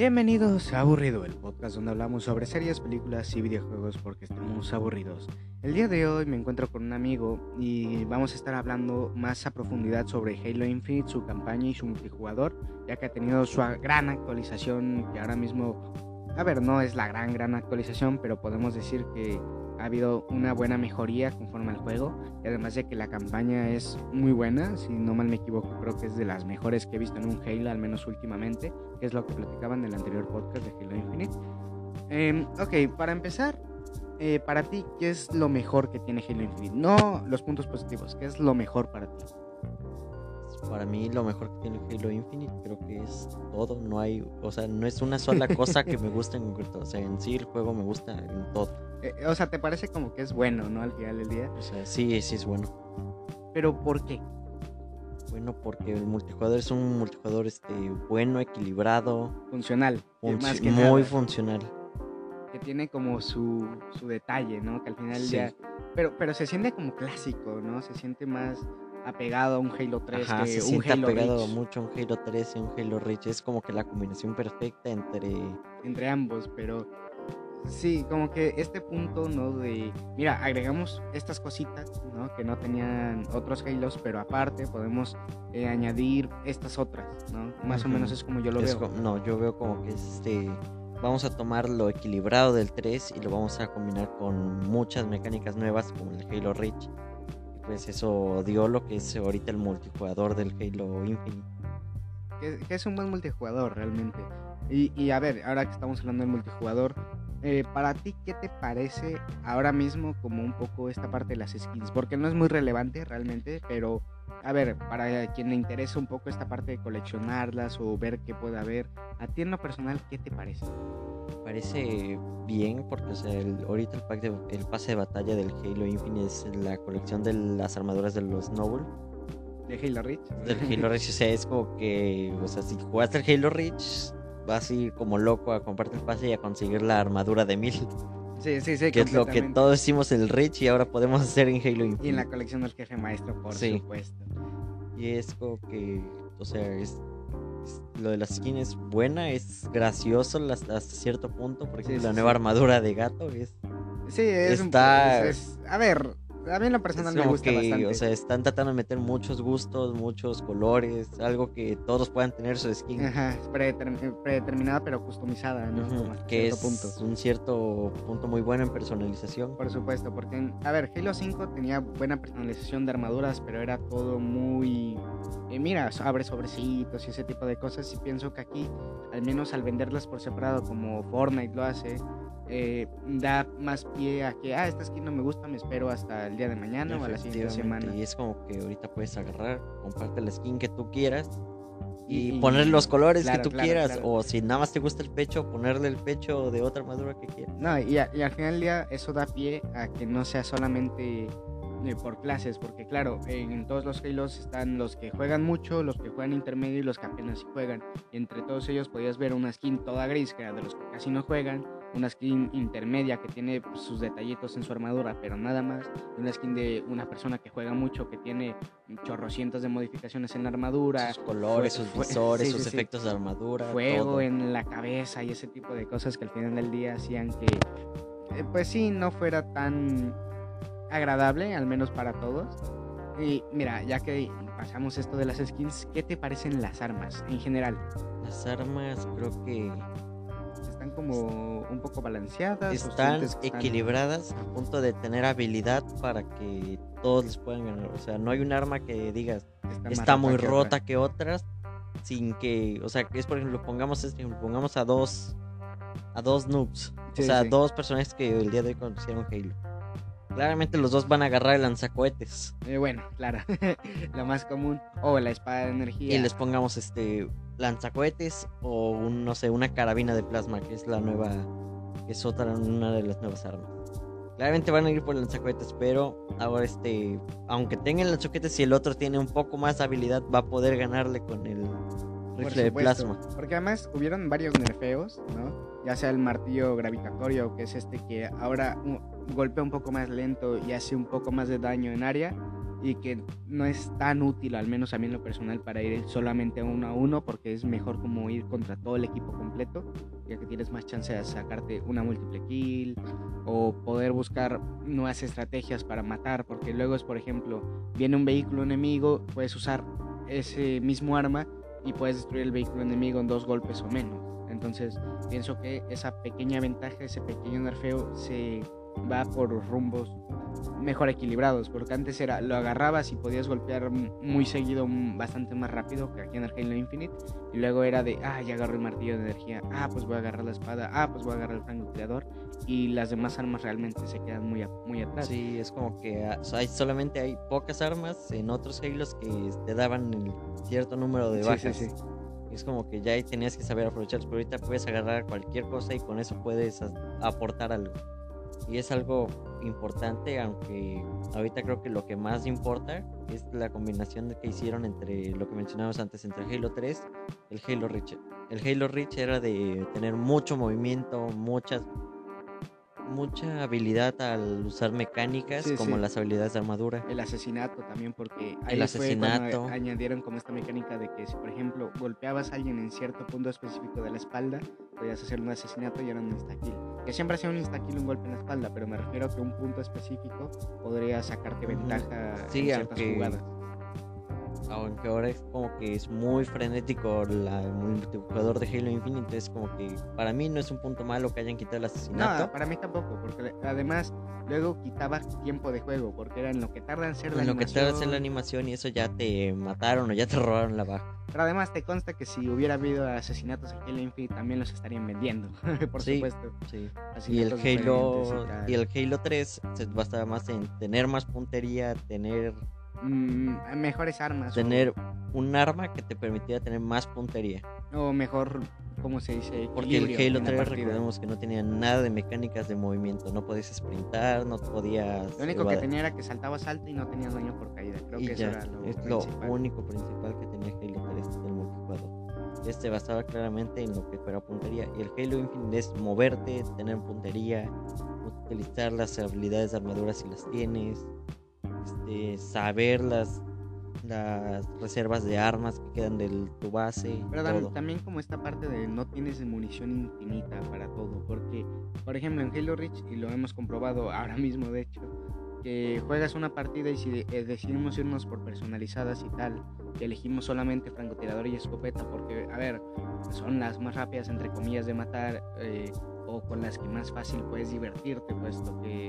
Bienvenidos a Aburrido, el podcast donde hablamos sobre series, películas y videojuegos porque estamos aburridos. El día de hoy me encuentro con un amigo y vamos a estar hablando más a profundidad sobre Halo Infinite, su campaña y su multijugador, ya que ha tenido su gran actualización que ahora mismo, no es la gran actualización, pero podemos decir que ha habido una buena mejoría conforme al juego, y además de que la campaña es muy buena, si no mal me equivoco, creo que es de las mejores que he visto en un Halo, al menos últimamente, que es lo que platicaban en el anterior podcast de Halo Infinite. Ok, para empezar, para ti, ¿qué es lo mejor que tiene Halo Infinite? No los puntos positivos, ¿qué es lo mejor para ti? Para mí lo mejor que tiene Halo Infinite creo que es todo, no hay, no es una sola cosa que me guste en concreto, en sí el juego me gusta en todo. ¿Te parece como que es bueno, ¿no? Al final del día. Sí es bueno. ¿Pero por qué? Bueno, porque el multijugador es un multijugador bueno, equilibrado, funcional, más que muy nada. Funcional. Que tiene como su detalle, ¿no? Que al final del día, pero se siente como clásico, ¿no? Se siente más apegado a un Halo 3 que se un siente Halo apegado Reach. Mucho a un Halo 3 y un Halo Reach, es como que la combinación perfecta entre ambos, pero sí, como que este punto, ¿no? De, mira, agregamos estas cositas, ¿no? Que no tenían otros Halos, pero aparte podemos añadir estas otras, ¿no? Más o menos es como yo lo veo. Yo veo como que vamos a tomar lo equilibrado del 3 y lo vamos a combinar con muchas mecánicas nuevas como el Halo Reach. Pues eso dio lo que es ahorita el multijugador del Halo Infinite. Que es un buen multijugador realmente. Y a ver, ahora que estamos hablando del multijugador, para ti, ¿qué te parece ahora mismo como un poco esta parte de las skins? Porque no es muy relevante realmente, pero a ver, para quien le interesa un poco esta parte de coleccionarlas o ver qué puede haber, a ti en lo personal, ¿qué te parece? Parece bien porque ahorita el pase de batalla del Halo Infinite es la colección de las armaduras de los Noble. ¿De Halo Reach? Del Halo Reach, es como que, si jugaste el Halo Reach, vas a ir como loco a comprarte el pase y a conseguir la armadura de 1000. Sí. Que es lo que todos hicimos el Reach y ahora podemos hacer en Halo Infinite. Y en la colección del jefe maestro, por supuesto. Y es como que, lo de la skin es buena, es gracioso hasta cierto punto. Por ejemplo, la nueva armadura de gato es... a ver, a mí en lo personal me gusta bastante. Están tratando de meter muchos gustos, muchos colores, algo que todos puedan tener su skin. Predeterminada pero customizada, ¿no? Que es un cierto punto muy bueno en personalización. Por supuesto, porque, Halo 5 tenía buena personalización de armaduras, pero era todo muy... mira, abre sobrecitos y ese tipo de cosas, y pienso que aquí, al menos al venderlas por separado como Fortnite lo hace, da más pie a que esta skin no me gusta, me espero hasta el día de mañana o a la siguiente semana. Y es como que ahorita puedes agarrar, comprarte la skin que tú quieras y ponerle los colores que tú quieras. O si nada más te gusta el pecho, ponerle el pecho de otra armadura que quieras. No, y al final del día eso da pie a que no sea solamente por clases, porque claro, en todos los Halos están los que juegan mucho, los que juegan intermedio y los que apenas si juegan. Y entre todos ellos podías ver una skin toda gris, que era de los que casi no juegan, una skin intermedia que tiene sus detallitos en su armadura, pero nada más, y una skin de una persona que juega mucho, que tiene chorrocientos de modificaciones en la armadura, sus colores, sus visores, sus efectos de armadura, fuego todo en la cabeza y ese tipo de cosas que al final del día hacían que pues sí, no fuera tan agradable, al menos para todos. Y mira, ya que pasamos esto de las skins, ¿qué te parecen las armas en general? Las armas creo que están como un poco balanceadas, están equilibradas a punto de tener habilidad para que todos les puedan ganar. No hay un arma que digas está muy rota que otras, sin que, que es, por ejemplo, pongamos a dos noobs, dos personajes que el día de hoy conocieron Halo. Claramente los dos van a agarrar el lanzacohetes. Bueno, claro. Lo más común. O la espada de energía. Y les pongamos lanzacohetes o una carabina de plasma, que es la nueva, que es una de las nuevas armas. Claramente van a ir por lanzacohetes, pero ahora aunque tenga el lanzacohetes, si el otro tiene un poco más habilidad, va a poder ganarle con el rifle de plasma. Porque además hubieron varios nerfeos, ¿no? Ya sea el martillo gravitatorio, que es que ahora golpea un poco más lento y hace un poco más de daño en área. y que no es tan útil, al menos a mí en lo personal, para ir solamente a 1-1, porque es mejor como ir contra todo el equipo completo, ya que tienes más chance de sacarte una múltiple kill o poder buscar nuevas estrategias para matar, porque luego es, por ejemplo, viene un vehículo enemigo, puedes usar ese mismo arma y puedes destruir el vehículo enemigo en 2 golpes o menos. Entonces pienso que esa pequeña ventaja, ese pequeño nerfeo se va por rumbos mejor equilibrados, porque antes era lo agarrabas y podías golpear muy seguido, bastante más rápido que aquí en el Halo Infinite, y luego era de ya agarro el martillo de energía, pues voy a agarrar la espada, pues voy a agarrar el francotirador, y las demás armas realmente se quedan muy atrás. Sí, es como que solamente hay pocas armas en otros Halos que te daban el cierto número de bajas. Sí. Es como que ya ahí tenías que saber aprovecharlos, pero ahorita puedes agarrar cualquier cosa y con eso puedes aportar algo. Y es algo importante, aunque ahorita creo que lo que más importa es la combinación que hicieron entre lo que mencionamos antes, entre Halo 3 y el Halo Reach. El Halo Reach era de tener mucho movimiento, mucha habilidad al usar mecánicas, como las habilidades de armadura. El asesinato también, porque ahí fue cuando añadieron como esta mecánica de que si por ejemplo golpeabas a alguien en cierto punto específico de la espalda, podías hacer un asesinato y era un insta-kill. Que siempre hacía un insta-kill un golpe en la espalda, pero me refiero a que un punto específico podría sacarte ventaja en ciertas jugadas. Aunque ahora es como que es muy frenético el multijugador de Halo Infinite, es como que para mí no es un punto malo que hayan quitado el asesinato. No, para mí tampoco, porque además luego quitaba tiempo de juego, porque era en lo que tarda en ser la animación. En lo que tarda en ser la animación y eso ya te mataron o ya te robaron la baja. Pero además te consta que si hubiera habido asesinatos en Halo Infinite también los estarían vendiendo, por supuesto. Sí. Y el Halo 3 se basaba más en tener más puntería, tener mejores armas, tener un arma que te permitiera tener más puntería, o mejor, ¿cómo se dice? Porque el Halo 3 recordemos que no tenía nada de mecánicas de movimiento, no podías sprintar, no podías... Lo único que tenía era que saltabas alto y no tenías daño por caída. Creo que eso era lo único principal que tenía Halo 3 del multijugador. Basaba claramente en lo que fuera puntería, y el Halo Infinite es moverte, tener puntería, utilizar las habilidades de armadura si las tienes, saber las reservas de armas que quedan de tu base. Pero también como esta parte de no tienes munición infinita para todo, porque por ejemplo en Halo Reach, y lo hemos comprobado ahora mismo de hecho, que juegas una partida y si decidimos irnos por personalizadas y tal, y elegimos solamente francotirador y escopeta, porque a ver, son las más rápidas entre comillas de matar, o con las que más fácil puedes divertirte, puesto que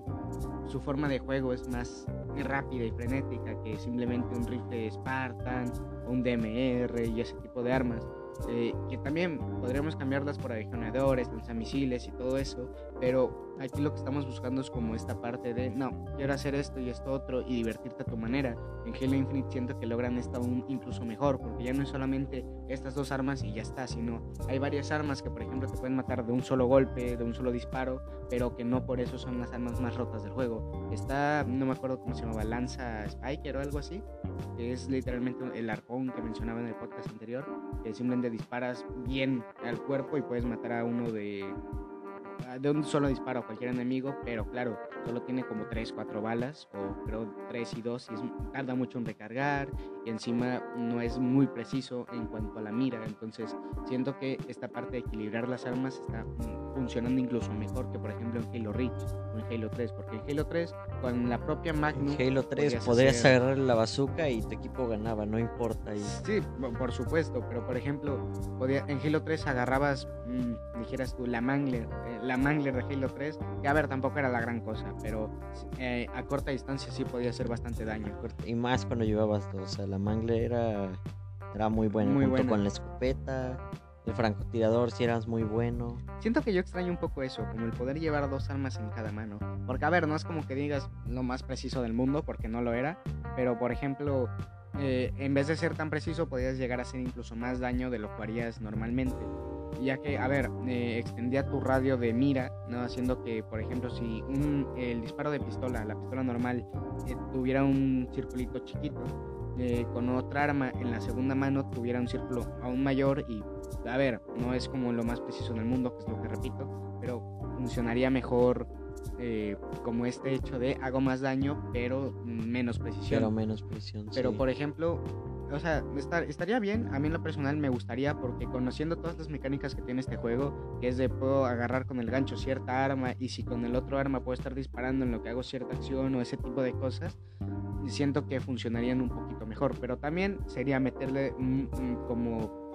su forma de juego es más rápida y frenética que simplemente un rifle Spartan o un DMR y ese tipo de armas, que también podríamos cambiarlas por aguijoneadores, lanzamisiles y todo eso, pero aquí lo que estamos buscando es como esta parte de no, quiero hacer esto y esto otro y divertirte a tu manera. En Halo Infinite siento que logran esto aún incluso mejor, porque ya no es solamente estas 2 armas y ya está, sino hay varias armas que por ejemplo te pueden matar de un solo golpe, de un solo disparo, pero que no por eso son las armas más rotas del juego. Está, no me acuerdo cómo se llamaba, Lanza Spiker o algo así, que es literalmente el arcón que mencionaba en el podcast anterior, que simplemente disparas bien al cuerpo y puedes matar a uno de un solo disparo a cualquier enemigo, pero claro, solo tiene como 3-4 balas, o creo 3 y 2, y tarda mucho en recargar, y encima no es muy preciso en cuanto a la mira. Entonces siento que esta parte de equilibrar las armas está funcionando incluso mejor que por ejemplo en Halo Reach o en Halo 3, porque en Halo 3 con la propia Magnum en Halo 3 podías agarrar la bazooka y tu equipo ganaba, no importa. Sí, por supuesto, pero por ejemplo en Halo 3 agarrabas, dijeras tú, la Mangler de Halo 3, que a ver, tampoco era la gran cosa, pero a corta distancia sí podía hacer bastante daño. Y más cuando llevabas dos, o sea, la Mangler era muy buena, junto con la escopeta, el francotirador sí eras muy bueno. Siento que yo extraño un poco eso, como el poder llevar 2 armas en cada mano, porque a ver, no es como que digas lo más preciso del mundo, porque no lo era, pero por ejemplo, en vez de ser tan preciso, podías llegar a hacer incluso más daño de lo que harías normalmente, ya que, a ver, extendía tu radio de mira, ¿no? Haciendo que, por ejemplo, si el disparo de pistola, la pistola normal, tuviera un circulito chiquito, con otra arma en la segunda mano tuviera un círculo aún mayor, y, a ver, no es como lo más preciso en el mundo, que es lo que repito, pero funcionaría mejor como este hecho de hago más daño, pero menos precisión. Pero sí. Por ejemplo, o sea, estaría bien. A mí en lo personal me gustaría, porque conociendo todas las mecánicas que tiene este juego, que es de puedo agarrar con el gancho cierta arma, y si con el otro arma puedo estar disparando en lo que hago cierta acción o ese tipo de cosas, siento que funcionarían un poquito mejor. Pero también sería meterle como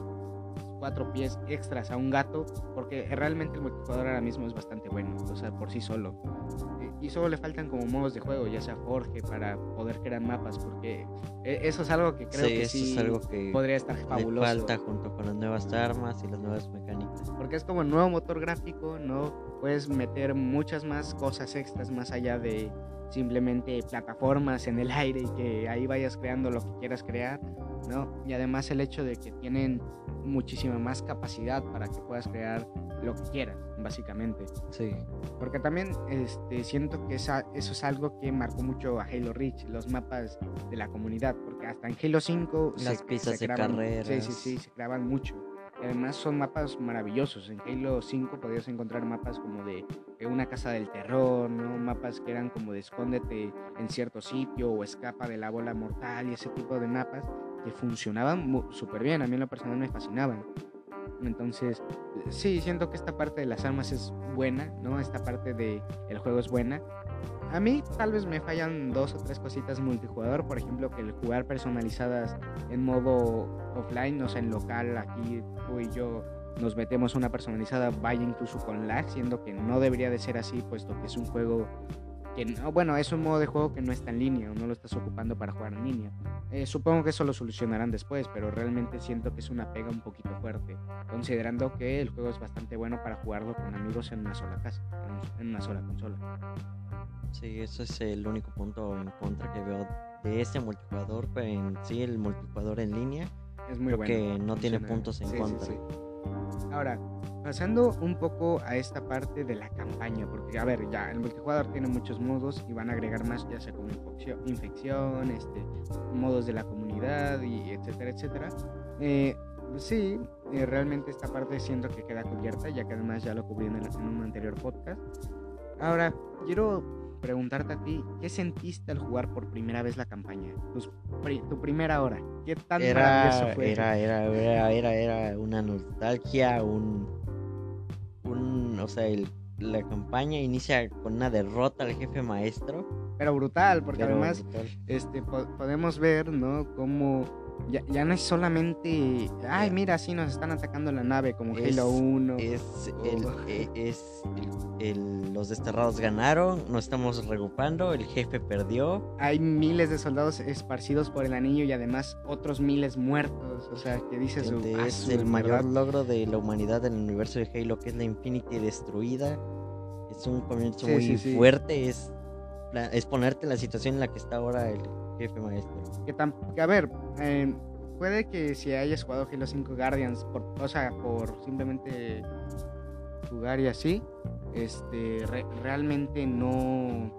3-4 pies extras a un gato, porque realmente el multijugador ahora mismo es bastante bueno, o sea, por sí solo. Y solo le faltan como modos de juego, ya sea Forge, para poder crear mapas, porque eso es algo que creo que sí es algo que podría estar fabuloso. Le falta junto con las nuevas armas y las nuevas mecánicas. Porque es como nuevo motor gráfico, ¿no? Puedes meter muchas más cosas extras más allá de simplemente plataformas en el aire y que ahí vayas creando lo que quieras crear, ¿no? Y además el hecho de que tienen muchísima más capacidad para que puedas crear lo que quieras, básicamente. Sí. Porque también siento que eso es algo que marcó mucho a Halo Reach, los mapas de la comunidad, porque hasta en Halo 5 las pistas de carreras. Sí, se creaban mucho. Y además son mapas maravillosos. En Halo 5 podías encontrar mapas como de una casa del terror, ¿no? Mapas que eran como de escóndete en cierto sitio o escapa de la bola mortal, y ese tipo de mapas que funcionaban súper bien. A mí en lo personal me fascinaban. Entonces, sí, siento que esta parte de las armas es buena, ¿no? Esta parte del juego es buena. A mí tal vez me fallan 2 o 3 cositas multijugador, por ejemplo, que el jugar personalizadas en modo offline, o sea, en local, aquí tú y yo nos metemos una personalizada, vaya incluso con lag, siendo que no debería de ser así, puesto que es un juego que no, bueno, es un modo de juego que no está en línea, o no lo estás ocupando para jugar en línea. Supongo que eso lo solucionarán después, pero realmente siento que es una pega un poquito fuerte, considerando que el juego es bastante bueno para jugarlo con amigos en una sola casa, en una sola consola. Sí, eso es el único punto en contra que veo de este multijugador, pero en sí el multijugador en línea es muy bueno, que no tiene puntos en contra. Sí. Ahora, pasando un poco a esta parte de la campaña, porque a ver, ya el multijugador tiene muchos modos y van a agregar más, ya sea como infección, modos de la comunidad y etcétera. Sí, realmente esta parte siento que queda cubierta, ya que además ya lo cubrí en un anterior podcast. Ahora, quiero preguntarte a ti, ¿qué sentiste al jugar por primera vez la campaña? Tu primera hora, ¿qué tan maravilloso fue? Era una nostalgia, o sea, la campaña inicia con una derrota al jefe maestro. Pero brutal, porque además podemos ver, ¿no? Cómo ya no es solamente, ay, mira, sí nos están atacando la nave como Halo 1. Los desterrados ganaron, nos estamos regrupando, el jefe perdió. Hay miles de soldados esparcidos por el anillo y además otros miles muertos, o sea, que dices... es el mayor logro de la humanidad en el universo de Halo, que es la Infinity destruida. Es un comienzo muy fuerte, es ponerte en la situación en la que está ahora el jefe maestro. Que a ver, puede que si hayas jugado Halo 5 Guardians por simplemente jugar y así, realmente no...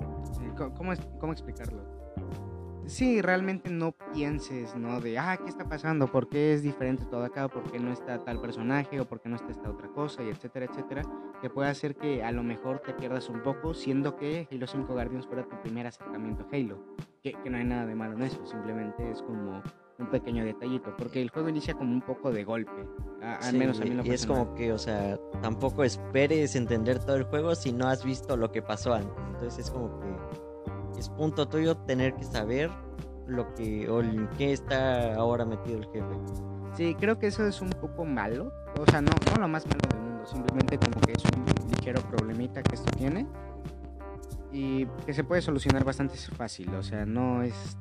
¿Cómo explicarlo? Sí, realmente no pienses, ¿no? De, ¿qué está pasando? ¿Por qué es diferente todo acá? ¿Por qué no está tal personaje? ¿O por qué no está esta otra cosa? Y etcétera, que puede hacer que a lo mejor te pierdas un poco, siendo que Halo 5 Guardians fuera tu primer acercamiento a Halo. Que no hay nada de malo en eso, simplemente es como un pequeño detallito, porque el juego inicia como un poco de golpe, al menos a mí lo personal. Y es como que, o sea, tampoco esperes entender todo el juego si no has visto lo que pasó antes. Entonces es como que es punto tuyo tener que saber en qué está ahora metido el jefe. Sí, creo que eso es un poco malo, o sea, no lo más malo del mundo, simplemente como que es un ligero problemita que esto tiene y que se puede solucionar bastante fácil, o sea, no es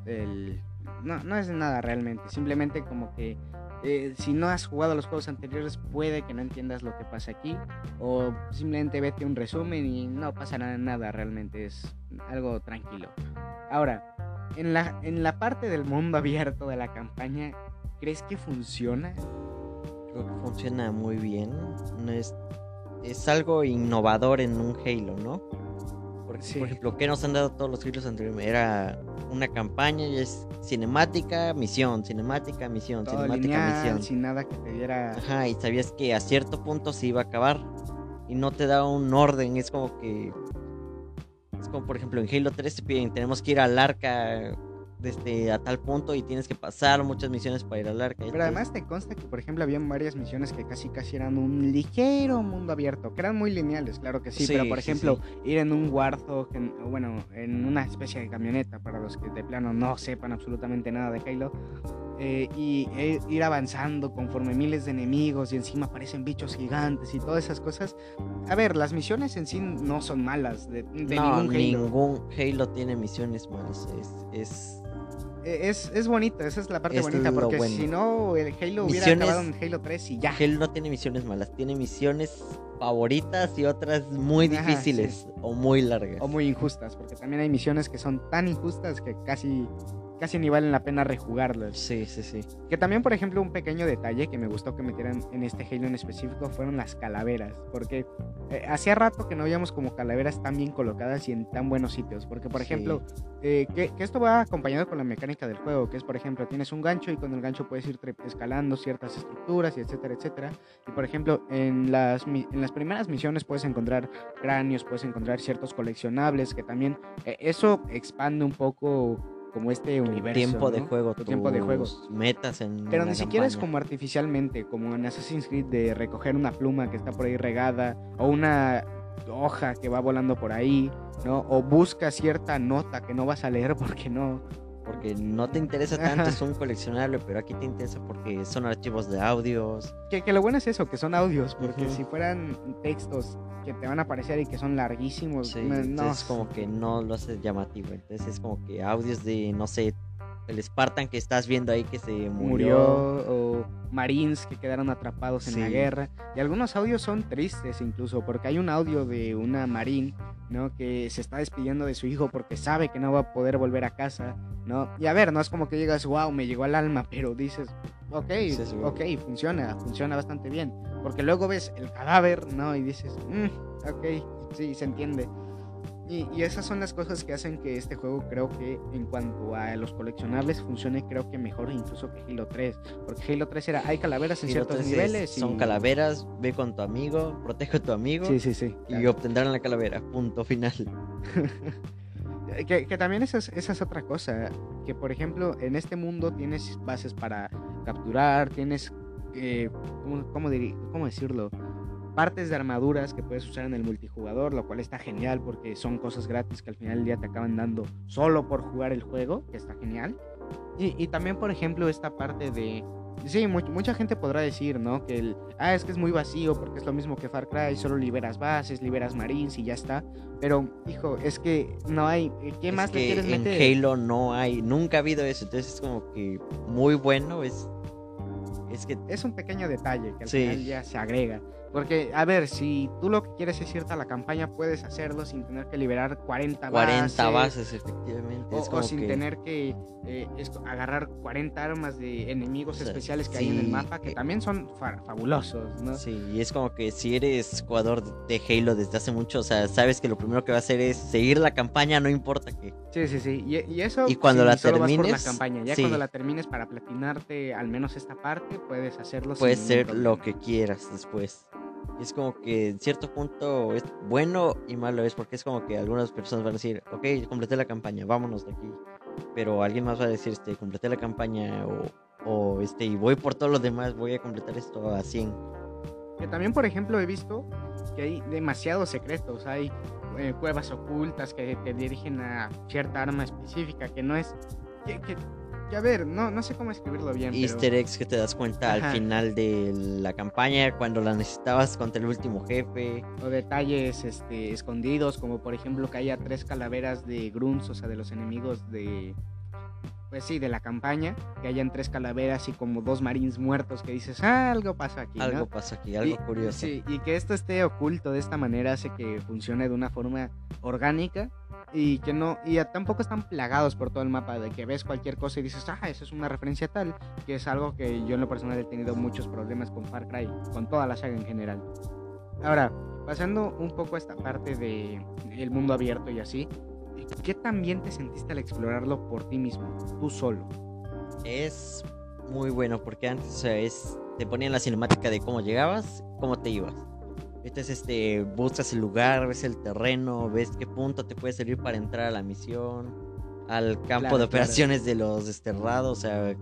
nada realmente, simplemente como que si no has jugado los juegos anteriores puede que no entiendas lo que pasa aquí, o simplemente vete un resumen y no pasa nada realmente, es algo tranquilo. Ahora, en la parte del mundo abierto de la campaña, ¿crees que funciona? Creo que funciona muy bien, es algo innovador en un Halo, ¿no? Porque, por ejemplo, ¿qué nos han dado todos los Halos anteriores? Era una campaña y es cinemática, misión, cinemática, misión, todo cinemática, lineal, misión. Sin nada que te diera... Ajá, y sabías que a cierto punto se iba a acabar. y no te da un orden. Es como por ejemplo en Halo 3 te piden, tenemos que ir al arca a tal punto y tienes que pasar muchas misiones para ir al arca. Pero además te consta que, por ejemplo, habían varias misiones que casi eran un ligero mundo abierto, que eran muy lineales, claro que sí, pero por ejemplo, ir en un Warthog, en una especie de camioneta, para los que de plano no sepan absolutamente nada de Halo, y ir avanzando conforme miles de enemigos y encima aparecen bichos gigantes y todas esas cosas. A ver, las misiones en sí no son malas de no, ningún Halo. Ningún Halo tiene misiones malas, es bonito, esa es la parte bonita, porque bueno, si no, el Halo hubiera acabado en Halo 3 y ya. Halo no tiene misiones malas, tiene misiones favoritas y otras muy difíciles, sí, o muy largas. O muy injustas, porque también hay misiones que son tan injustas que casi ni valen la pena rejugarlas. Sí. Que también, por ejemplo, un pequeño detalle que me gustó que metieran en este Halo en específico fueron las calaveras, porque hacía rato que no veíamos como calaveras tan bien colocadas y en tan buenos sitios, porque por ejemplo, que esto va acompañado con la mecánica del juego, que es, por ejemplo, tienes un gancho y con el gancho puedes ir escalando ciertas estructuras y etcétera, etcétera. Y por ejemplo, en las primeras misiones puedes encontrar cráneos, puedes encontrar ciertos coleccionables, que también eso expande un poco como este universo, tiempo, ¿no? Tu tiempo de juego, metas en pero ni ni siquiera campaña. Es como artificialmente, como en Assassin's Creed, de recoger una pluma que está por ahí regada o una hoja que va volando por ahí, ¿no? O busca cierta nota que no vas a leer porque no te interesa tanto. Es un coleccionable, pero aquí te interesa porque son archivos de audios. Que lo bueno es eso, que son audios, porque si fueran textos que te van a aparecer y que son larguísimos, no, es como que no lo hace llamativo. Entonces es como que audios de, no sé, el Spartan que estás viendo ahí que se murió, o Marines que quedaron atrapados en la guerra. Y algunos audios son tristes incluso, porque hay un audio de una Marine, ¿no?, que se está despidiendo de su hijo porque sabe que no va a poder volver a casa, ¿no? Y a ver, no es como que llegas, wow, me llegó al alma, pero dices, ok, funciona bastante bien, porque luego ves el cadáver, ¿no?, y dices, ok, sí, se entiende. Y esas son las cosas que hacen que este juego, creo que en cuanto a los coleccionables, funcione creo que mejor incluso que Halo 3, porque Halo 3 hay calaveras en ciertos niveles. Son calaveras, ve con tu amigo, protege a tu amigo, sí, y obtendrán la calavera, punto final. que también esa es otra cosa, que por ejemplo en este mundo tienes bases para capturar, tienes, ¿cómo decirlo?, partes de armaduras que puedes usar en el multijugador, lo cual está genial porque son cosas gratis que al final del día te acaban dando solo por jugar el juego, que está genial. Y también, por ejemplo, esta parte de... Sí, mucha gente podrá decir, ¿no?, que es que es muy vacío porque es lo mismo que Far Cry, solo liberas bases, liberas marines y ya está. Pero, hijo, es que no hay... ¿Qué más le quieres meter? En Halo no hay, nunca ha habido eso, entonces es como que muy bueno, es que... Es un pequeño detalle que al final ya se agrega. Porque, a ver, si tú lo que quieres es irte a la campaña, puedes hacerlo sin tener que liberar 40 bases, efectivamente. O sin tener que agarrar 40 armas de enemigos especiales que hay en el mapa, que también son fabulosos, ¿no? Sí, y es como que si eres jugador de Halo desde hace mucho, o sea, sabes que lo primero que va a hacer es seguir la campaña, no importa qué. Sí. Y eso, y cuando la termines, por la campaña. Ya cuando la termines, para platinarte al menos esta parte, puedes hacerlo. Puedes hacer lo que quieras después. Es como que en cierto punto es bueno y malo, es porque es como que algunas personas van a decir, ok, completé la campaña, vámonos de aquí. Pero alguien más va a decir, completé la campaña y voy por todo lo demás, voy a completar esto a 100. Que también, por ejemplo, he visto que hay demasiados secretos, hay cuevas ocultas que te dirigen a cierta arma específica, que no es... Que a ver, no sé cómo escribirlo bien. Easter eggs que te das cuenta al final de la campaña, cuando la necesitabas contra el último jefe. O detalles escondidos, como por ejemplo que haya 3 calaveras de grunts, o sea, de los enemigos de... Pues sí, de la campaña, que hayan 3 calaveras y como 2 marines muertos, que dices, algo pasa aquí, ¿no? Algo pasa aquí, algo curioso. Sí, y que esto esté oculto de esta manera hace que funcione de una forma orgánica y que no, y tampoco están plagados por todo el mapa, de que ves cualquier cosa y dices, esa es una referencia tal, que es algo que yo en lo personal he tenido muchos problemas con Far Cry, con toda la saga en general. Ahora, pasando un poco a esta parte de el mundo abierto y así, ¿qué tan bien te sentiste al explorarlo por ti mismo, tú solo? Es muy bueno porque antes, o sea, te ponían la cinemática de cómo llegabas, cómo te ibas. Entonces, buscas el lugar, ves el terreno, ves qué punto te puede servir para entrar a la misión, al campo de operaciones de los desterrados. O sea,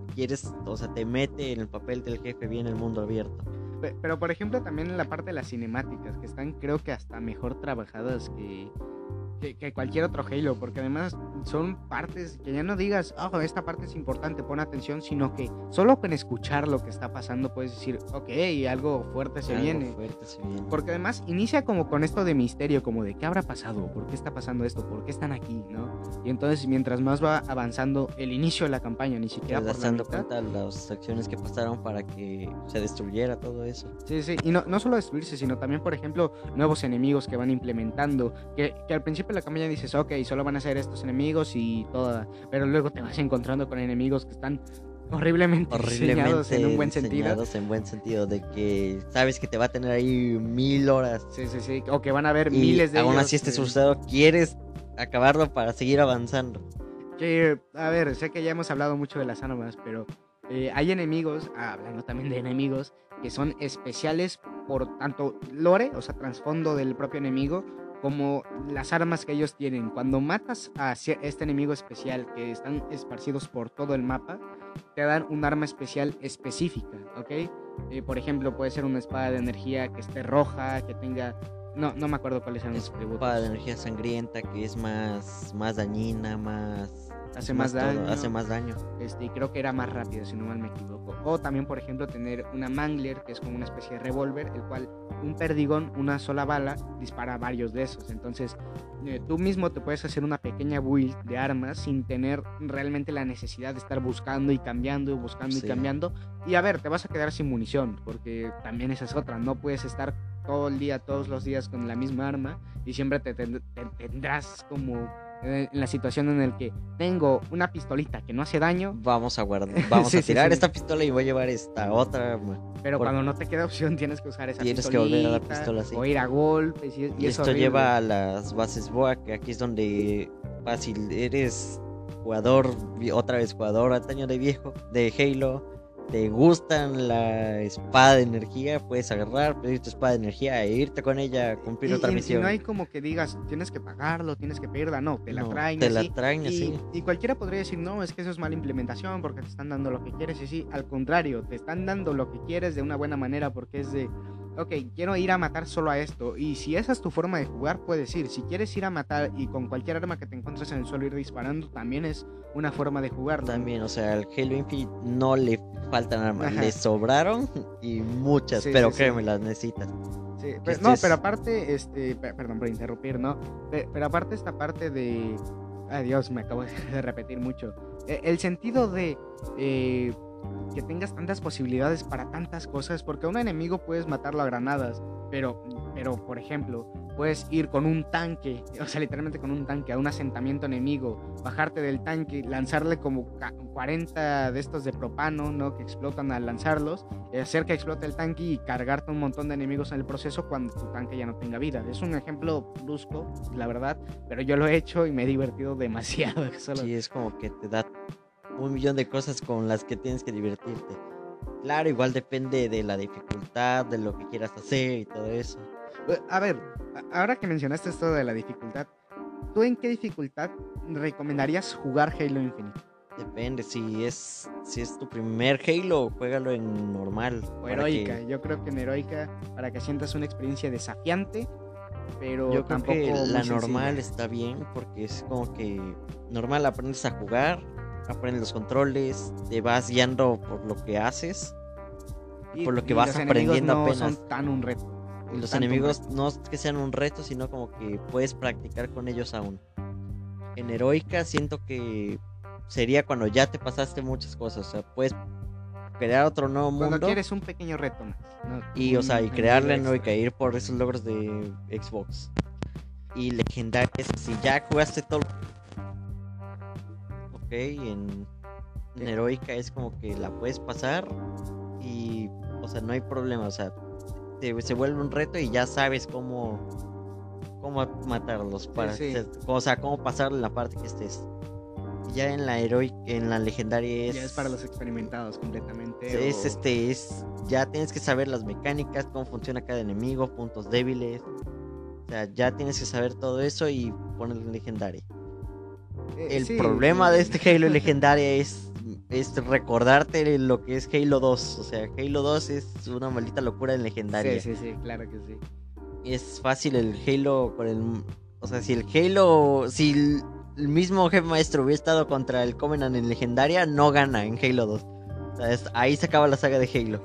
te mete en el papel del jefe bien el mundo abierto. Pero por ejemplo también en la parte de las cinemáticas, que están creo que hasta mejor trabajadas que cualquier otro Halo, porque además son partes que ya no digas, esta parte es importante, pon atención, sino que solo con escuchar lo que está pasando puedes decir, algo fuerte se viene. Porque además inicia como con esto de misterio, como de qué habrá pasado, por qué está pasando esto, por qué están aquí, ¿no? Y entonces mientras más va avanzando el inicio de la campaña, ni siquiera por la mitad, cuenta las acciones que pasaron para que se destruyera todo eso. Sí, y no solo destruirse, sino también, por ejemplo, nuevos enemigos que van implementando, que al principio de la campaña dices, solo van a ser estos enemigos y toda, pero luego te vas encontrando con enemigos que están horriblemente diseñados en un buen sentido. En buen sentido, de que sabes que te va a tener ahí 1000 horas. Sí, o que van a haber miles de aún ellos. Así estés frustrado, quieres acabarlo para seguir avanzando. Que, a ver, sé que ya hemos hablado mucho de las armas, pero hay enemigos, hablando también de enemigos, que son especiales por tanto lore, o sea, trasfondo del propio enemigo, como las armas que ellos tienen. Cuando matas a este enemigo especial, que están esparcidos por todo el mapa, te dan un arma especial específica, ¿ok? Por ejemplo, puede ser una espada de energía que esté roja, que tenga... No me acuerdo cuáles son los atributos. Espada de energía sangrienta, que es más dañina, hace más daño. Hace más daño. Y creo que era más rápido, si no mal me equivoco. O también, por ejemplo, tener una Mangler, que es como una especie de revólver, el cual un perdigón, una sola bala, dispara varios de esos. Entonces, tú mismo te puedes hacer una pequeña build de armas sin tener realmente la necesidad de estar buscando y cambiando, buscando y cambiando. Y a ver, te vas a quedar sin munición, porque también esa es otra. No puedes estar todo el día, todos los días con la misma arma y siempre te tendrás como en la situación en el que tengo una pistolita que no hace daño. Vamos a tirar esta pistola y voy a llevar esta otra arma. Pero cuando no te queda opción tienes que usar esa pistolita. Tienes que volver a la pistola, sí. O ir a golpes y esto lleva a las bases BOA, que aquí es donde fácil eres jugador antaño de viejo, de Halo. Te gustan la espada de energía, puedes agarrar, pedir tu espada de energía e irte con ella a cumplir otra misión. Y no hay como que digas, tienes que pagarlo, tienes que pedirla, no, te la traen. Te la traen así. Y cualquiera podría decir, no, es que eso es mala implementación porque te están dando lo que quieres. Y sí, al contrario, te están dando lo que quieres de una buena manera, porque es de, quiero ir a matar solo a esto. Y si esa es tu forma de jugar, puedes ir. Si quieres ir a matar y con cualquier arma que te encuentres en el suelo ir disparando, también es una forma de jugar. También, o sea, al Halo Infinite no le faltan armas, le sobraron y muchas, pero créeme, las necesitas. Sí, pero aparte, perdón por interrumpir, ¿no? Pero aparte esta parte de... Ay, Dios, me acabo de repetir mucho. El sentido de... que tengas tantas posibilidades para tantas cosas, porque a un enemigo puedes matarlo a granadas, pero por ejemplo, puedes ir con un tanque, o sea, literalmente con un tanque a un asentamiento enemigo, bajarte del tanque, lanzarle como 40 de estos de propano, ¿no? Que explotan al lanzarlos, hacer que explote el tanque y cargarte un montón de enemigos en el proceso cuando tu tanque ya no tenga vida. Es un ejemplo brusco, la verdad, pero yo lo he hecho y me he divertido demasiado. Sí, es como que te da 1,000,000 de cosas con las que tienes que divertirte. Claro, igual depende de la dificultad, de lo que quieras hacer y todo eso. A ver, ahora que mencionaste esto de la dificultad, ¿tú en qué dificultad recomendarías jugar Halo Infinite? Depende, si es tu primer Halo, juégalo en normal. O heroica, yo creo que en heroica, para que sientas una experiencia desafiante, pero yo tampoco creo que la sencilla. Normal está bien, porque es como que normal aprendes a jugar, aprendes los controles, te vas guiando por lo que haces, por lo que vas aprendiendo no apenas. No son tan un reto. Y los enemigos no es que sean un reto, sino como que puedes practicar con ellos aún. En heroica siento que sería cuando ya te pasaste muchas cosas, o sea, puedes crear otro nuevo mundo. Cuando quieres un pequeño reto más, ¿no? Y crearle en heroica, ir por esos logros de Xbox. Y legendarias, si ya jugaste todo. Ok, en heroica es como que la puedes pasar y, o sea, no hay problema, o sea, se vuelve un reto y ya sabes cómo matarlos, o sea, cómo pasarle la parte que estés. Ya en la heroica, en la legendaria es... Ya es para los experimentados completamente. Ya tienes que saber las mecánicas, cómo funciona cada enemigo, puntos débiles. O sea, ya tienes que saber todo eso y ponerlo en legendaria. El problema de este Halo legendaria es recordarte lo que es Halo 2. O sea, Halo 2 es una maldita locura en legendaria. Sí, claro que sí. Es fácil el Halo con el... O sea, si el mismo jefe maestro hubiera estado contra el Covenant en legendaria, no gana en Halo 2. O sea, ahí se acaba la saga de Halo.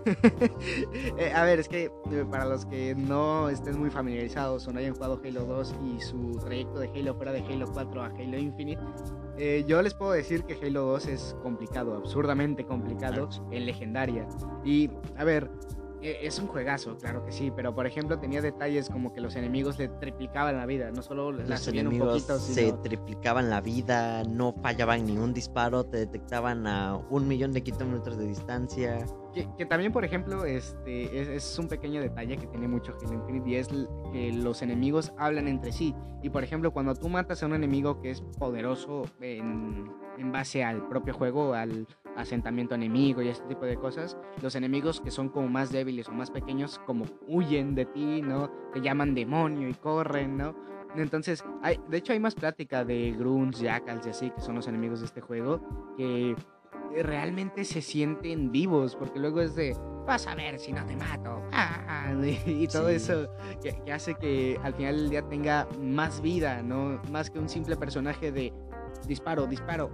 A ver, es que para los que no estén muy familiarizados o no hayan jugado Halo 2 y su trayecto de Halo fuera de Halo 4 a Halo Infinite, yo les puedo decir que Halo 2 es complicado, absurdamente complicado en legendaria. Y, a ver, es un juegazo, claro que sí, pero por ejemplo tenía detalles como que los enemigos le triplicaban la vida, no solo la subían un poquito, sino... se triplicaban la vida, no fallaban ni un disparo, te detectaban a 1.000.000 de kilómetros de distancia. Que también, por ejemplo, es un pequeño detalle que tiene mucho Halo Infinite, y es que los enemigos hablan entre sí. Y por ejemplo, cuando tú matas a un enemigo que es poderoso en base al propio juego, al asentamiento enemigo y este tipo de cosas, los enemigos que son como más débiles o más pequeños como huyen de ti, ¿no? Te llaman demonio y corren, ¿no? Entonces, de hecho hay más plática de grunts, jackals y así, que son los enemigos de este juego, que realmente se sienten vivos, porque luego es de, vas a ver si no te mato, y todo eso que hace que al final del día tenga más vida, ¿no? Más que un simple personaje de disparo,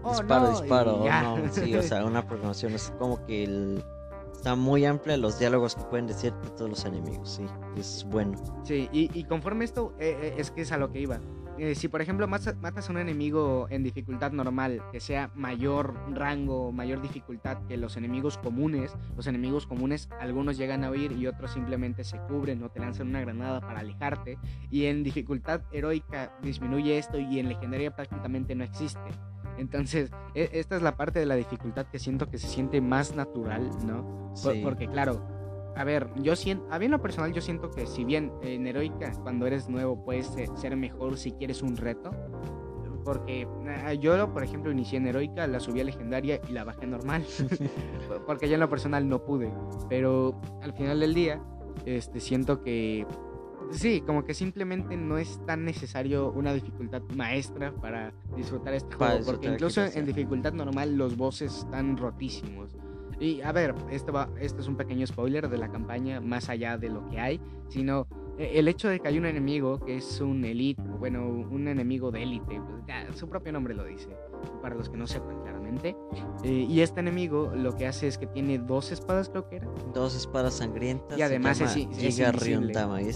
no, sí, o sea, una programación es como que está muy amplia los diálogos que pueden decir de todos los enemigos, sí, es bueno. Sí, y conforme esto, es que es a lo que iba. Si por ejemplo matas a un enemigo en dificultad normal, que sea mayor rango, mayor dificultad que los enemigos comunes, algunos llegan a huir y otros simplemente se cubren o te lanzan una granada para alejarte, y en dificultad heroica disminuye esto y en legendaria prácticamente no existe. Entonces, esta es la parte de la dificultad que siento que se siente más natural, ¿no? Sí. Porque claro, a ver, a mí en lo personal yo siento que si bien en heroica cuando eres nuevo puedes ser mejor si quieres un reto, porque yo por ejemplo inicié en heroica, la subí a legendaria y la bajé normal, porque yo en lo personal no pude, pero al final del día siento que sí, como que simplemente no es tan necesario una dificultad maestra para disfrutar este juego, porque incluso en dificultad normal los bosses están rotísimos. Y a ver, esto es un pequeño spoiler de la campaña, más allá de lo que hay, sino el hecho de que hay un enemigo que es un elite, bueno, un enemigo de élite, pues ya, su propio nombre lo dice, para los que no sepan claramente. Y este enemigo lo que hace es que tiene 2 espadas, creo que era. 2 espadas sangrientas. Y además es invisible.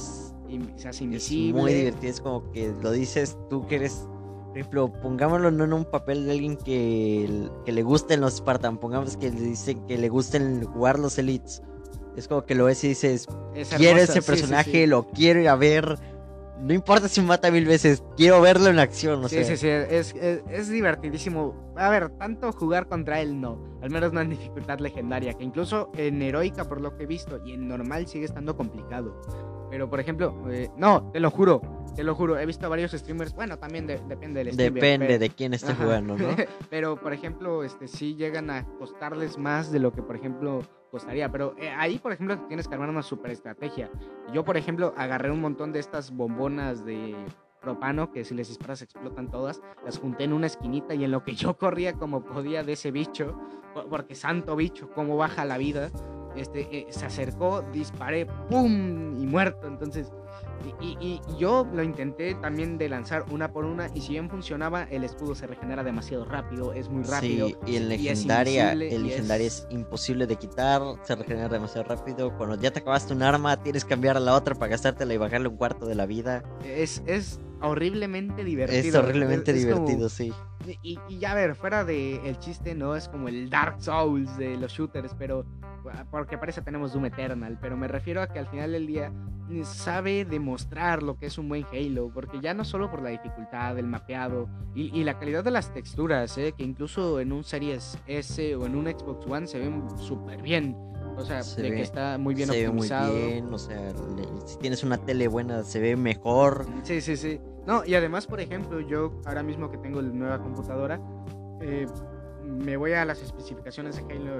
Se hace invisible. Es muy divertido, es como que lo dices tú que eres... Por ejemplo, pongámoslo no en un papel de alguien que le gusten los Spartan, pongamos que le dicen que le gusten jugar los Elites. Es como que lo ves y dices, quiero ese personaje, sí. Lo quiero ir a ver. No importa si mata 1000 veces, quiero verlo en acción. Sí, es divertidísimo. A ver, tanto jugar contra él no, al menos no en dificultad legendaria, que incluso en heroica por lo que he visto y en normal sigue estando complicado. Pero por ejemplo, no, te lo juro, he visto a varios streamers, bueno, también depende del streamer. Depende de quién esté jugando, ¿no? Pero por ejemplo, sí llegan a costarles más de lo que por ejemplo costaría, pero ahí por ejemplo tienes que armar una super estrategia. Yo por ejemplo agarré un montón de estas bombonas de propano que si les disparas explotan todas, las junté en una esquinita y en lo que yo corría como podía de ese bicho, porque santo bicho, cómo baja la vida. Se acercó, disparé, ¡pum! Y muerto. Entonces, y yo lo intenté también de lanzar una por una, y si bien funcionaba, el escudo se regenera demasiado rápido, es muy rápido. Sí, y en legendaria, es imposible de quitar, se regenera demasiado rápido. Cuando ya te acabaste un arma, tienes que cambiar a la otra para gastártela y bajarle un cuarto de la vida. Es horriblemente divertido. Es horriblemente divertido, como... sí. Y ya a ver, fuera de el chiste, no es como el Dark Souls de los shooters, pero porque parece que tenemos Doom Eternal, pero me refiero a que al final del día sabe demostrar lo que es un buen Halo, porque ya no solo por la dificultad, el mapeado y la calidad de las texturas, que incluso en un Series S o en un Xbox One se ven súper bien. O sea, que está muy bien optimizado. Se ve muy bien, o sea, si tienes una tele buena se ve mejor. Sí. No, y además, por ejemplo, yo ahora mismo que tengo la nueva computadora, me voy a las especificaciones de Halo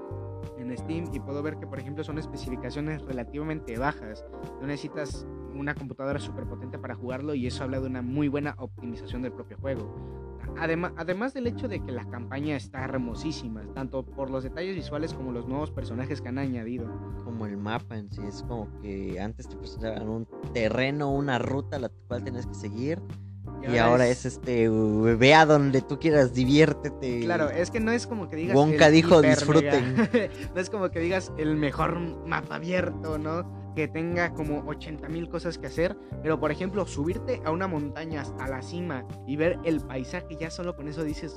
en Steam y puedo ver que, por ejemplo, son especificaciones relativamente bajas. No necesitas una computadora súper potente para jugarlo, y eso habla de una muy buena optimización del propio juego. Además del hecho de que la campaña está hermosísima, tanto por los detalles visuales como los nuevos personajes que han añadido. Como el mapa en sí, es como que antes te presentaban un terreno, una ruta la cual tenías que seguir. Y ahora es ve a donde tú quieras, diviértete. Claro, es que no es como que digas Wonka dijo disfruten. No es como que digas el mejor mapa abierto, ¿no? Que tenga como 80,000 cosas que hacer. Pero por ejemplo, subirte a una montaña hasta la cima y ver el paisaje, ya solo con eso dices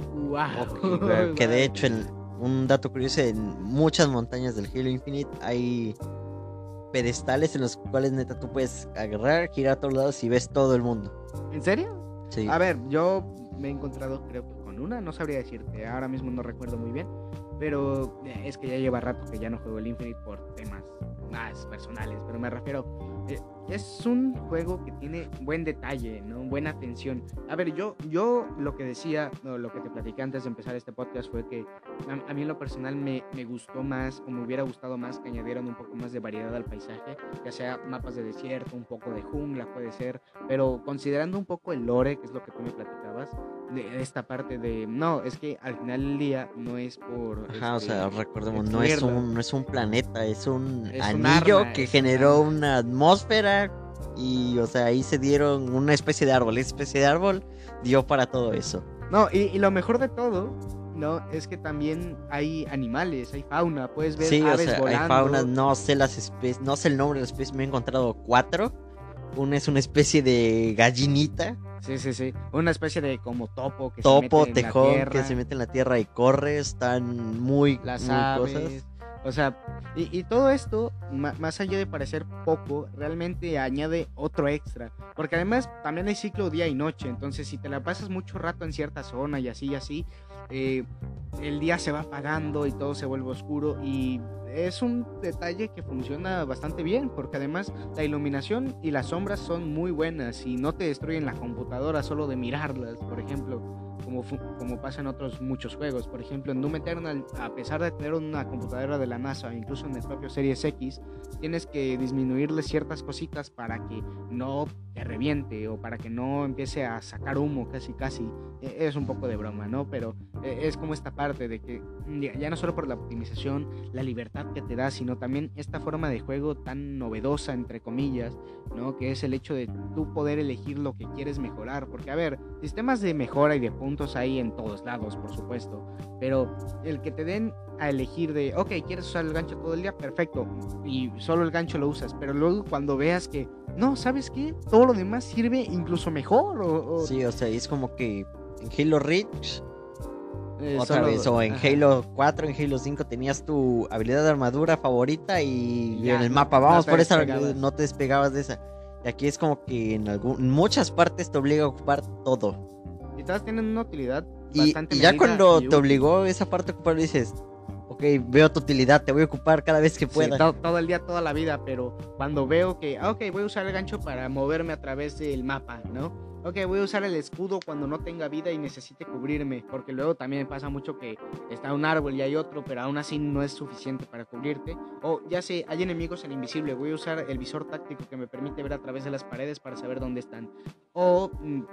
wow. Okay, que de hecho, un dato curioso, en muchas montañas del Halo Infinite hay pedestales en los cuales neta tú puedes agarrar, girar a todos lados y ves todo el mundo. ¿En serio? Sí. A ver, yo me he encontrado creo que con una, no sabría decirte, ahora mismo no recuerdo muy bien, pero es que ya lleva rato que ya no juego el Infinite por temas más personales, pero me refiero, es un juego que tiene buen detalle, ¿no? Buena atención. A ver, yo lo que decía, no, lo que te platiqué antes de empezar este podcast fue que a mí en lo personal me gustó más, o me hubiera gustado más que añadieran un poco más de variedad al paisaje, ya sea mapas de desierto, un poco de jungla puede ser, pero considerando un poco el lore, que es lo que tú me platicabas, de esta parte de, no, es que al final del día no es por... Ajá, o sea, recordemos, no es un planeta, es un anillo arma, que generó una atmósfera y, o sea, ahí se dieron una especie de árbol. Esa especie de árbol dio para todo eso. No, y lo mejor de todo, no, es que también hay animales, hay fauna, puedes ver aves volando. Hay fauna, no sé las especies, no sé el nombre de las especies, me he encontrado 4. Una es una especie de gallinita. Sí. Una especie de como topo que se mete en tejón, la tierra. Que se mete en la tierra y corre. Están muy aves. Cosas. O sea, y todo esto, más allá de parecer poco, realmente añade otro extra. Porque además también hay ciclo día y noche. Entonces, si te la pasas mucho rato en cierta zona y así, el día se va apagando y todo se vuelve oscuro. Y es un detalle que funciona bastante bien, porque además la iluminación y las sombras son muy buenas y no te destruyen la computadora solo de mirarlas, por ejemplo, como pasa en otros muchos juegos. Por ejemplo, en Doom Eternal, a pesar de tener una computadora de la NASA, incluso en el propio Series X, tienes que disminuirle ciertas cositas para que no te reviente o para que no empiece a sacar humo casi. Es un poco de broma, ¿no? Pero es como esta parte de que ya no solo por la optimización, la libertad que te da, sino también esta forma de juego tan novedosa, entre comillas, ¿no? Que es el hecho de tú poder elegir lo que quieres mejorar. Porque, a ver, sistemas de mejora y de puntos hay en todos lados, por supuesto, pero el que te den a elegir de, ok, ¿quieres usar el gancho todo el día? Perfecto, y solo el gancho lo usas, pero luego cuando veas que, no, ¿sabes qué? Todo lo demás sirve incluso mejor. Sí, o sea, es como que en Halo Reach... otra solo, vez, o en Halo 4, en Halo 5 tenías tu habilidad de armadura favorita y ya, en el mapa, vamos por esa, no te despegabas de esa. Y aquí es como que en muchas partes te obliga a ocupar todo. Y todas tienen una utilidad bastante y ya cuando te obligó esa parte a ocupar, dices, ok, veo tu utilidad, te voy a ocupar cada vez que pueda. Sí, todo el día, toda la vida, pero cuando veo que, ok, voy a usar el gancho para moverme a través del mapa, ¿no? Ok, voy a usar el escudo cuando no tenga vida y necesite cubrirme, porque luego también me pasa mucho que está un árbol y hay otro, pero aún así no es suficiente para cubrirte. O ya sé, hay enemigos en invisible, voy a usar el visor táctico que me permite ver a través de las paredes para saber dónde están. O,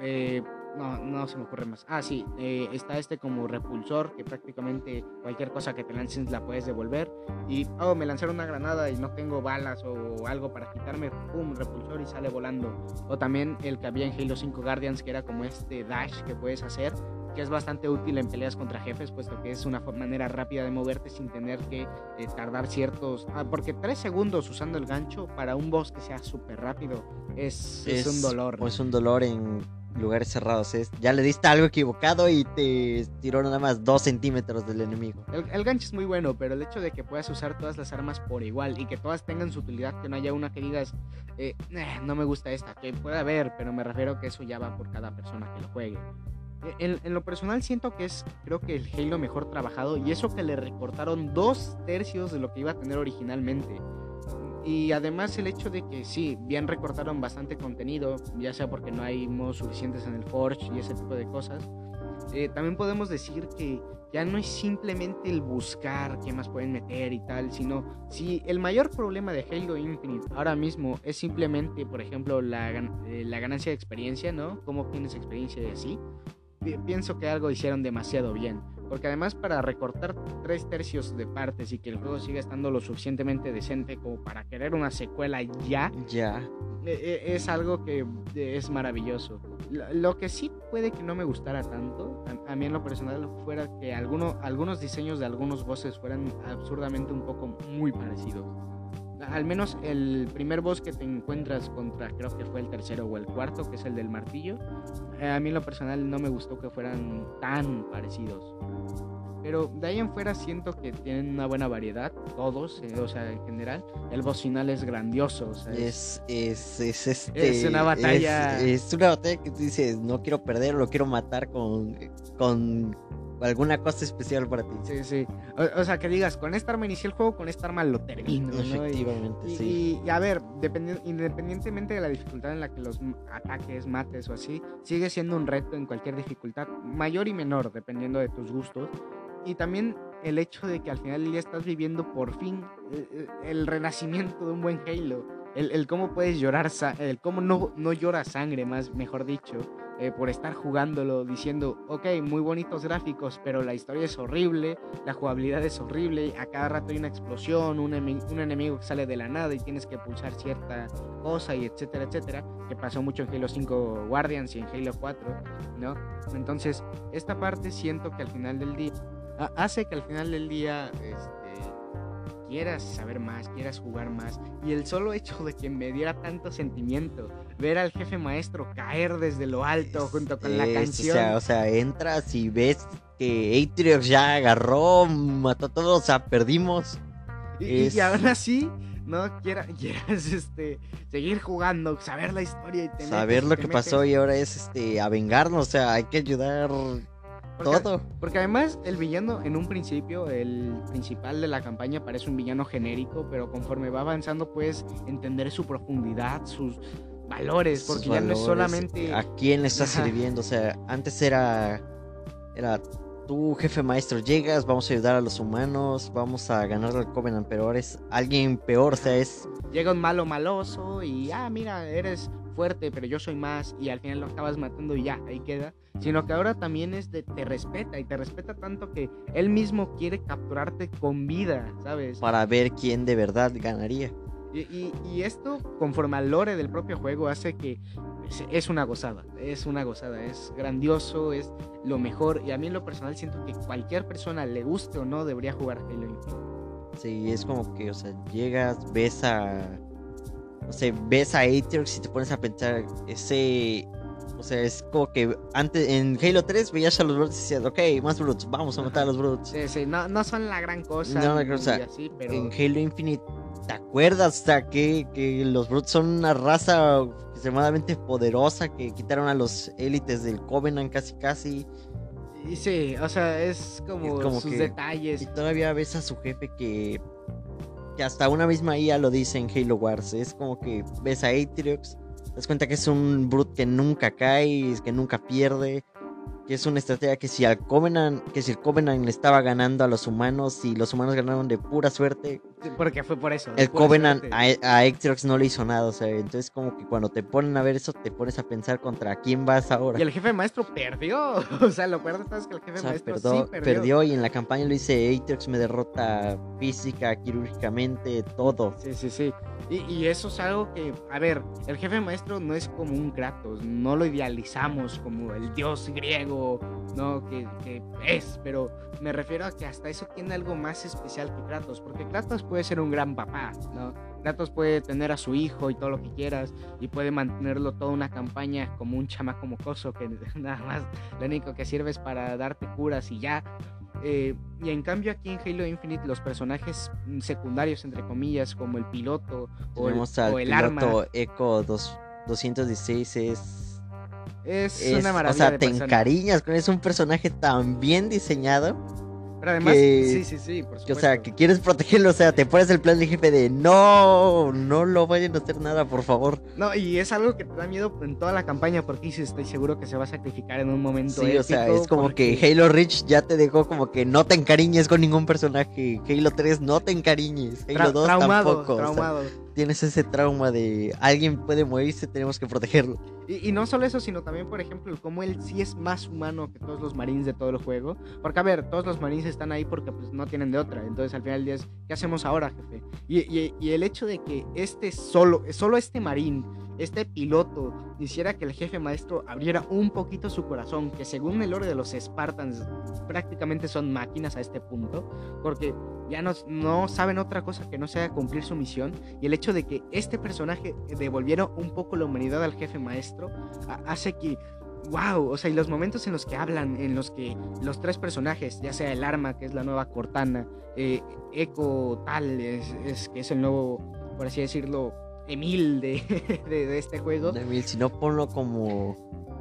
no se me ocurre más. Sí, está como repulsor, que prácticamente cualquier cosa que te lances la puedes devolver. Y, me lanzaron una granada y no tengo balas o algo para quitarme, pum, repulsor y sale volando. O también el que había en Halo 5 Guardians, que era como este dash que puedes hacer, que es bastante útil en peleas contra jefes, puesto que es una manera rápida de moverte sin tener que tardar ciertos... porque 3 segundos usando el gancho para un boss que sea súper rápido es un dolor. Es un dolor en lugares cerrados. Ya le diste algo equivocado y te tiró nada más 2 centímetros del enemigo. El gancho es muy bueno, pero el hecho de que puedas usar todas las armas por igual y que todas tengan su utilidad, que no haya una que digas, no me gusta esta, que puede haber, pero me refiero que eso ya va por cada persona que lo juegue. En lo personal siento que creo que el Halo mejor trabajado, y eso que le recortaron 2/3 de lo que iba a tener originalmente. Y además el hecho de que sí, bien recortaron bastante contenido, ya sea porque no hay modos suficientes en el Forge y ese tipo de cosas, también podemos decir que ya no es simplemente el buscar qué más pueden meter y tal, sino si el mayor problema de Halo Infinite ahora mismo es simplemente, por ejemplo, la ganancia de experiencia, ¿no? Cómo tienes experiencia y así. Pienso que algo hicieron demasiado bien, porque además para recortar 3/3 de partes y que el juego siga estando lo suficientemente decente como para querer una secuela ya, es algo que es maravilloso. Lo que sí puede que no me gustara tanto, a mí en lo personal, fuera que algunos diseños de algunos bosses fueran absurdamente un poco muy parecidos. Al menos el primer boss que te encuentras contra, creo que fue el tercero o el cuarto, que es el del martillo, a mí en lo personal no me gustó que fueran tan parecidos. Pero de ahí en fuera siento que tienen una buena variedad, todos, o sea, en general. El boss final es grandioso, o sea, es una batalla. Es una batalla que tú dices, no quiero perder, lo quiero matar con alguna cosa especial para ti. Sí. O sea, que digas, con esta arma inicié el juego, con esta arma lo termino, ¿no? Efectivamente, sí. Y a ver, independientemente de la dificultad en la que los ataques, mates o así, sigue siendo un reto en cualquier dificultad, mayor y menor, dependiendo de tus gustos. Y también el hecho de que al final del día estás viviendo por fin el renacimiento de un buen Halo. El cómo puedes llorar, el cómo no llora sangre, mejor dicho, por estar jugándolo, diciendo, ok, muy bonitos gráficos, pero la historia es horrible, la jugabilidad es horrible, a cada rato hay una explosión, un enemigo que sale de la nada y tienes que pulsar cierta cosa y etcétera, etcétera, que pasó mucho en Halo 5 Guardians y en Halo 4, ¿no? Entonces, esta parte siento que al final del día hace que al final del día quieras saber más, quieras jugar más. Y el solo hecho de que me diera tanto sentimiento ver al jefe maestro caer desde lo alto junto con la canción. O sea, entras y ves que Atriox ya agarró, mató a todos, o sea, perdimos. Y aún así, no quieras seguir jugando, saber la historia y saber lo que pasó y ahora es a vengarnos, o sea, hay que ayudar. Porque además el villano en un principio, el principal de la campaña, parece un villano genérico, pero conforme va avanzando puedes entender su profundidad, sus valores, porque ya no es solamente a quién le está sirviendo. O sea, antes era tú, jefe maestro, llegas, vamos a ayudar a los humanos, vamos a ganar al Covenant, pero ahora es alguien peor, o sea, llega un malo maloso y mira, eres fuerte, pero yo soy más, y al final lo acabas matando y ya, ahí queda. Sino que ahora también te respeta, y te respeta tanto que él mismo quiere capturarte con vida, ¿sabes? Para ver quién de verdad ganaría. Y esto, conforme al lore del propio juego, hace que es una gozada, es grandioso, es lo mejor, y a mí en lo personal siento que cualquier persona, le guste o no, debería jugar Halo Infinite. Sí, es como que, o sea, llegas, ves a Atriox y te pones a pensar, o sea, es como que antes en Halo 3 veías a los Brutes y decías, ok, más Brutes, vamos a matar a los Brutes. Sí, no son la gran cosa. No, así, pero en Halo Infinite, ¿te acuerdas? O sea, que los Brutes son una raza extremadamente poderosa que quitaron a los élites del Covenant casi. Y sí, o sea, es como sus detalles. Y todavía ves a su jefe que hasta una misma IA lo dice en Halo Wars. Es como que ves a Atriox, te das cuenta que es un Brute que nunca cae, que nunca pierde, que es una estrategia que si el Covenant le estaba ganando a los humanos y los humanos ganaron de pura suerte, porque fue por eso. El Covenant a Atriox no le hizo nada, o sea, entonces como que cuando te ponen a ver eso, te pones a pensar contra quién vas ahora. Y el jefe maestro perdió, o sea, lo peor de todo es que el jefe maestro sí perdió. Y en la campaña lo dice, Atriox me derrota física, quirúrgicamente, todo. Sí. Y eso es algo que, a ver, el jefe maestro no es como un Kratos, no lo idealizamos como el dios griego, ¿no? Que es, pero me refiero a que hasta eso tiene algo más especial que Kratos, porque Kratos puede ser un gran papá, ¿no? Kratos puede tener a su hijo y todo lo que quieras, y puede mantenerlo toda una campaña como un chamaco mocoso que nada más lo único que sirve es para darte curas y ya. Y en cambio aquí en Halo Infinite los personajes secundarios, entre comillas, como el piloto o el arma, Echo 216 es una maravilla. O sea, te encariñas con él, es un personaje tan bien diseñado Pero además, sí, por supuesto. O sea, que quieres protegerlo, o sea, te pones el plan de jefe de no lo vayan a hacer nada, por favor. No, y es algo que te da miedo en toda la campaña porque dices, estoy seguro que se va a sacrificar en un momento épico. O sea, es como que Halo Reach ya te dejó como que no te encariñes con ningún personaje. Halo 3 no te encariñes. Halo 2 tampoco. Traumado. O sea, tienes ese trauma de alguien puede morirse, tenemos que protegerlo. Y no solo eso, sino también, por ejemplo, cómo él sí es más humano que todos los marines de todo el juego. Porque, a ver, todos los marines están ahí porque pues no tienen de otra. Entonces, al final del día es, ¿qué hacemos ahora, jefe? Y el hecho de que solo este marín, este piloto, hiciera que el jefe maestro abriera un poquito su corazón, que según el lore de los Spartans, prácticamente son máquinas a este punto, porque ya no saben otra cosa que no sea cumplir su misión, y el hecho de que este personaje devolviera un poco la humanidad al jefe maestro, hace que wow, o sea, y los momentos en los que hablan, en los que los tres personajes, ya sea el arma, que es la nueva Cortana, Echo tal, que es el nuevo, por así decirlo, Emil de este juego. Emil, si no, ponlo como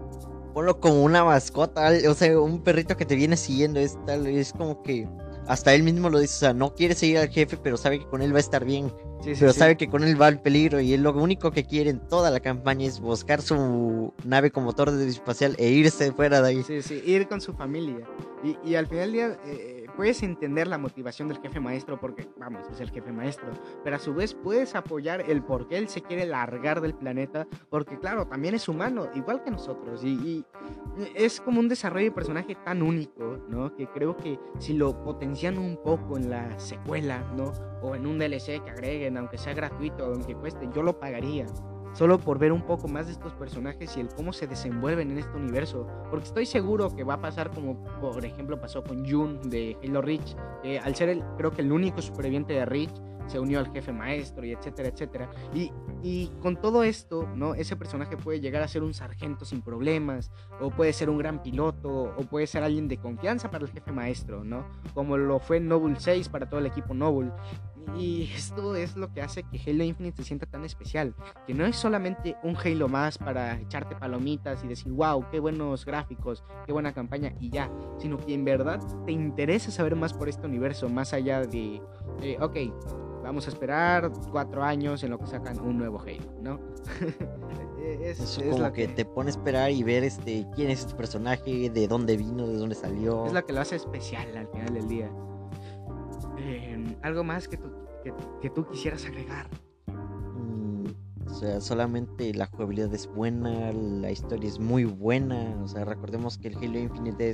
una mascota, o sea, un perrito que te viene siguiendo, es como que hasta él mismo lo dice, o sea, no quiere seguir al jefe, pero sabe que con él va a estar bien. Pero sabe que con él va al peligro, y él lo único que quiere en toda la campaña es buscar su nave con motor espacial e irse fuera de ahí. Sí, ir con su familia. Y al final del día puedes entender la motivación del jefe maestro porque, vamos, es el jefe maestro, pero a su vez puedes apoyar el por qué él se quiere largar del planeta, porque claro, también es humano, igual que nosotros, y es como un desarrollo de personaje tan único, ¿no? Que creo que si lo potencian un poco en la secuela, ¿no? O en un DLC que agreguen, aunque sea gratuito, aunque cueste, yo lo pagaría. Solo por ver un poco más de estos personajes y el cómo se desenvuelven en este universo. Porque estoy seguro que va a pasar como, por ejemplo, pasó con Jun de Halo Reach. Al ser creo que el único superviviente de Reach, se unió al jefe maestro y etcétera, etcétera. Y con todo esto, ¿no? Ese personaje puede llegar a ser un sargento sin problemas, o puede ser un gran piloto, o puede ser alguien de confianza para el jefe maestro, ¿no? Como lo fue Noble 6 para todo el equipo Noble. Y esto es lo que hace que Halo Infinite se sienta tan especial, que no es solamente un Halo más para echarte palomitas y decir wow, qué buenos gráficos, qué buena campaña y ya, sino que en verdad te interesa saber más por este universo, más allá de ok, vamos a esperar 4 años en lo que sacan un nuevo Halo, ¿no? es como que te pone a esperar y ver quién es este personaje, de dónde vino, de dónde salió. Es lo que lo hace especial al final del día. ¿Algo más que tú quisieras agregar? O sea, solamente la jugabilidad es buena, la historia es muy buena. O sea, recordemos que el Halo Infinite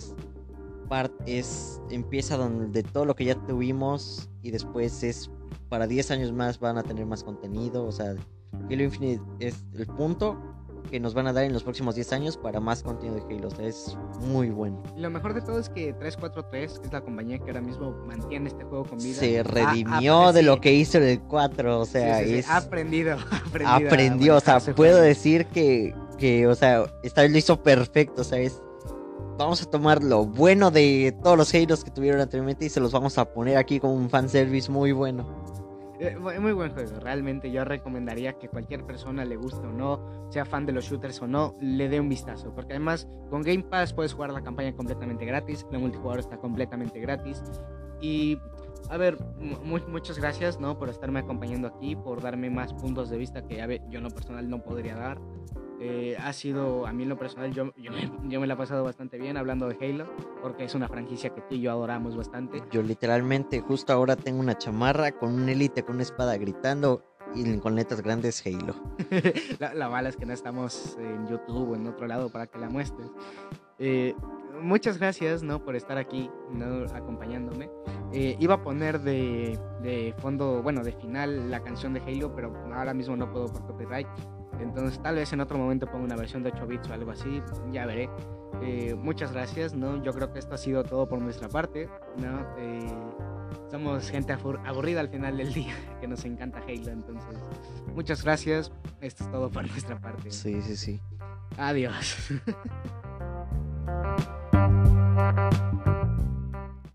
empieza donde todo lo que ya tuvimos, y después es para 10 años más van a tener más contenido. O sea, Halo Infinite es el punto que nos van a dar en los próximos 10 años para más contenido de Halo. O sea, es muy bueno. Y lo mejor de todo es que 343, que es la compañía que ahora mismo mantiene este juego con vida, se redimió de lo que hizo en el 4. O sea, ha aprendido. O sea, puedo decir que o sea, esta vez lo hizo perfecto. O sea, vamos a tomar lo bueno de todos los Halos que tuvieron anteriormente y se los vamos a poner aquí como un fanservice muy bueno. Muy buen juego, realmente yo recomendaría que cualquier persona, le guste o no, sea fan de los shooters o no, le dé un vistazo, porque además con Game Pass puedes jugar la campaña completamente gratis, el multijugador está completamente gratis, y a ver, muchas gracias, ¿no? Por estarme acompañando aquí, por darme más puntos de vista que yo en lo personal no podría dar. Ha sido, a mí en lo personal, yo me la he pasado bastante bien hablando de Halo, porque es una franquicia que tú y yo adoramos bastante. Yo literalmente justo ahora tengo una chamarra con un élite con una espada gritando y con letras grandes Halo. la bala es que no estamos en YouTube o en otro lado para que la muestres. Muchas gracias, ¿no? Por estar aquí, ¿no? Acompañándome. Iba a poner de fondo, bueno, de final la canción de Halo, pero ahora mismo no puedo por copyright. Entonces tal vez en otro momento ponga una versión de 8 bits o algo así, ya veré. Muchas gracias, ¿no? Yo creo que esto ha sido todo por nuestra parte, ¿no? Somos gente aburrida al final del día, que nos encanta Halo, entonces muchas gracias, esto es todo por nuestra parte. Sí. Adiós.